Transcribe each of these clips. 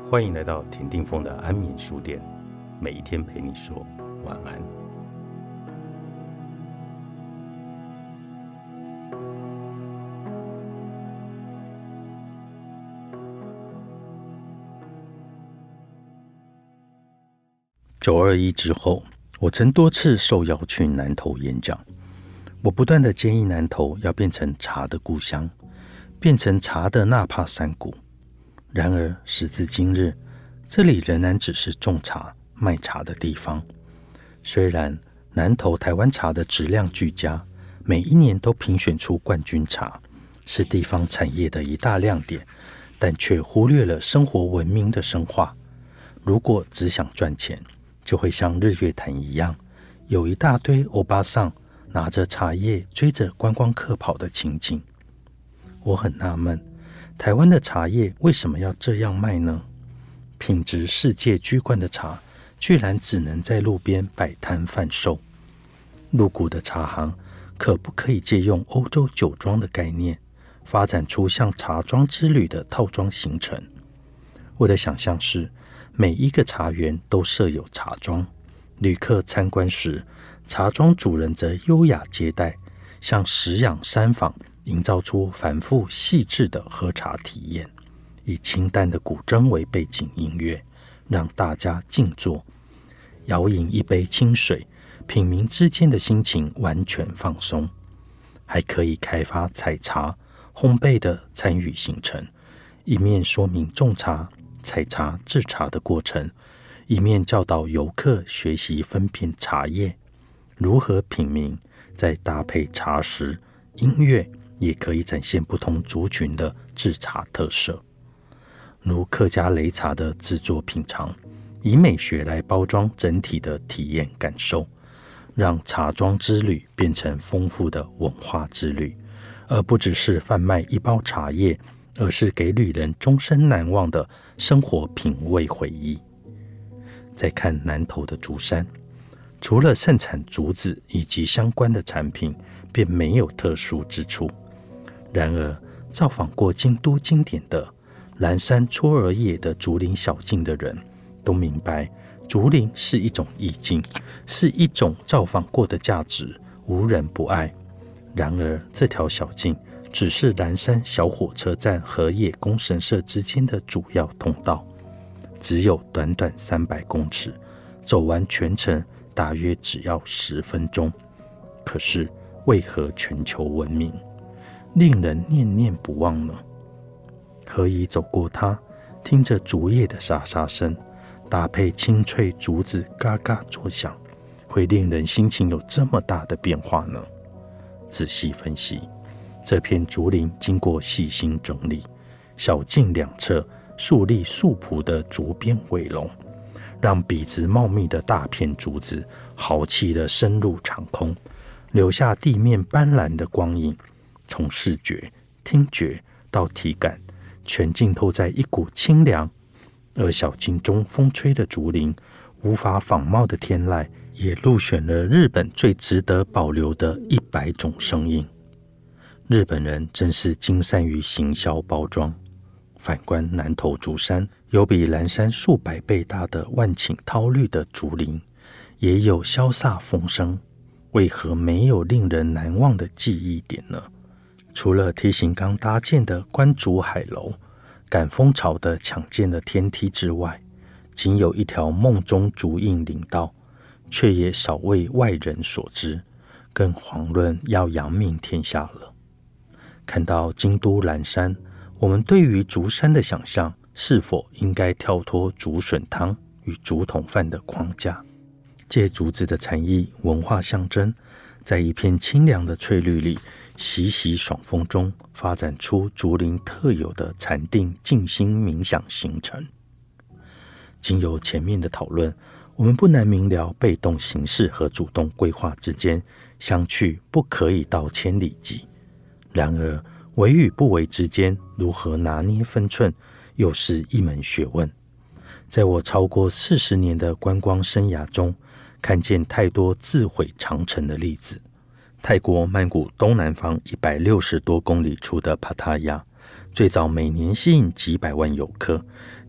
欢迎来到田定峰的安眠书店，每一天陪你说晚安。921之后，我曾多次受邀去南投演讲。我不断地建议南投要变成茶的故乡，变成茶的纳帕山谷。然而时至今日，这里仍然只是种茶卖茶的地方。虽然南投台湾茶的质量俱佳，每一年都评选出冠军茶，是地方产业的一大亮点，但却忽略了生活文明的深化。如果只想赚钱，就会像日月潭一样，有一大堆欧巴桑拿着茶叶追着观光客跑的情景。我很纳闷，台湾的茶叶为什么要这样卖呢？品质世界居冠的茶，居然只能在路边摆摊贩售。鹿谷的茶行可不可以借用欧洲酒庄的概念，发展出像茶庄之旅的套装行程？我的想象是，每一个茶园都设有茶庄，旅客参观时，茶庄主人则优雅接待，像食养山访，营造出繁复细致的喝茶体验，以清淡的古筝为背景音乐，让大家静坐，舀饮一杯清水，品茗之间的心情完全放松。还可以开发采茶、烘焙的参与行程，一面说明种茶、采茶、制茶的过程，一面教导游客学习分辨茶叶，如何品茗，再搭配茶食、音乐，也可以展现不同族群的制茶特色。如客家擂茶的制作品尝，以美学来包装整体的体验感受，让茶庄之旅变成丰富的文化之旅，而不只是贩卖一包茶叶，而是给旅人终身难忘的生活品味回忆。再看南投的竹山，除了盛产竹子以及相关的产品，便没有特殊之处。然而造访过京都经典的蓝山嵯峨野的竹林小径的人都明白，竹林是一种意境，是一种造访过的价值，无人不爱。然而这条小径只是蓝山小火车站和野宫神社之间的主要通道，只有短短300公尺，走完全程大约只要10分钟。可是为何全球闻名，令人念念不忘呢？何以走过它，听着竹叶的沙沙声，搭配清脆竹子嘎嘎作响，会令人心情有这么大的变化呢？仔细分析，这片竹林经过细心整理，小径两侧竖立素朴的竹编围笼，让笔直茂密的大片竹子豪气地深入长空，留下地面斑斓的光影。从视觉、听觉到体感，全浸透在一股清凉。而小径中风吹的竹林，无法仿冒的天籁，也入选了日本最值得保留的100种声音。日本人真是精善于行销包装。反观南投竹山，有比蓝山数百倍大的万顷涛绿的竹林，也有潇洒风声，为何没有令人难忘的记忆点呢？除了梯形刚搭建的观竹海楼，赶风潮的抢建了天梯之外，仅有一条梦中竹荫林道，却也少为外人所知，更遑论要扬名天下了。看到京都蓝山，我们对于竹山的想象，是否应该跳脱竹笋汤与竹筒饭的框架，借竹子的禅意、文化象征，在一片清凉的翠绿里，习习爽风中，发展出竹林特有的禅定静心冥想行程。经由前面的讨论，我们不难明了被动形式和主动规划之间相去不可以到千里计。然而为与不为之间如何拿捏分寸，又是一门学问。在我超过40年的观光生涯中，看见太多自毁长城的例子。泰国曼谷东南方160多公里处的帕塔亚，最早每年吸引几百万游客，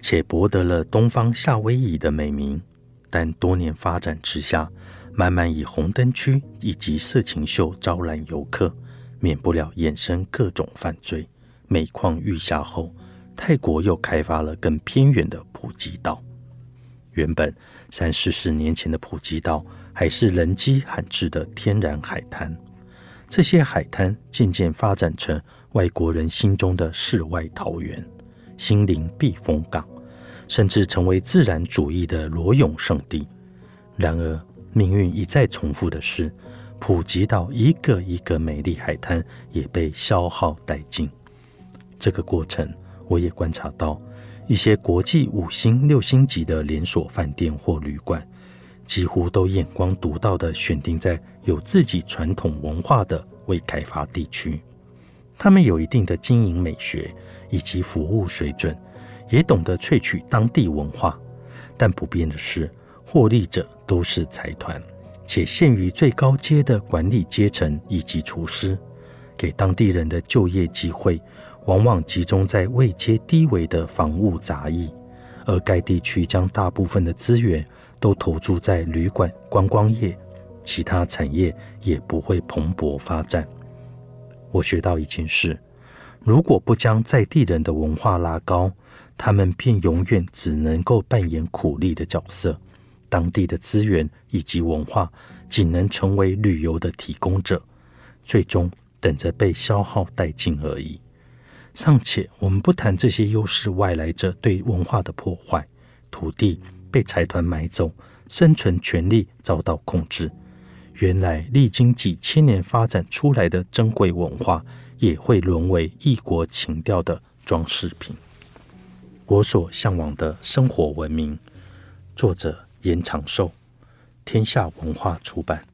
且博得了东方夏威夷的美名，但多年发展之下，慢慢以红灯区以及色情秀招揽游客，免不了衍生各种犯罪。每况愈下后，泰国又开发了更偏远的普吉岛。原本30-40年前的普吉岛还是人迹罕至的天然海滩，这些海滩渐渐发展成外国人心中的世外桃源、心灵避风港，甚至成为自然主义的裸泳圣地。然而命运一再重复的是，普吉岛一个一个美丽海滩也被消耗殆尽。这个过程我也观察到，一些国际5星、6星级的连锁饭店或旅馆，几乎都眼光独到地选定在有自己传统文化的未开发地区。他们有一定的经营美学以及服务水准，也懂得萃取当地文化。但不变的是，获利者都是财团，且限于最高阶的管理阶层以及厨师，给当地人的就业机会往往集中在位阶低微的房屋杂役，而该地区将大部分的资源都投注在旅馆、观光业，其他产业也不会蓬勃发展。我学到一件事，如果不将在地人的文化拉高，他们便永远只能够扮演苦力的角色，当地的资源以及文化仅能成为旅游的提供者，最终等着被消耗殆尽而已。尚且我们不谈这些优势外来者对文化的破坏，土地被财团买走，生存权利遭到控制，原来历经几千年发展出来的珍贵文化也会沦为异国情调的装饰品。我所向往的生活文明，作者严长寿，天下文化出版。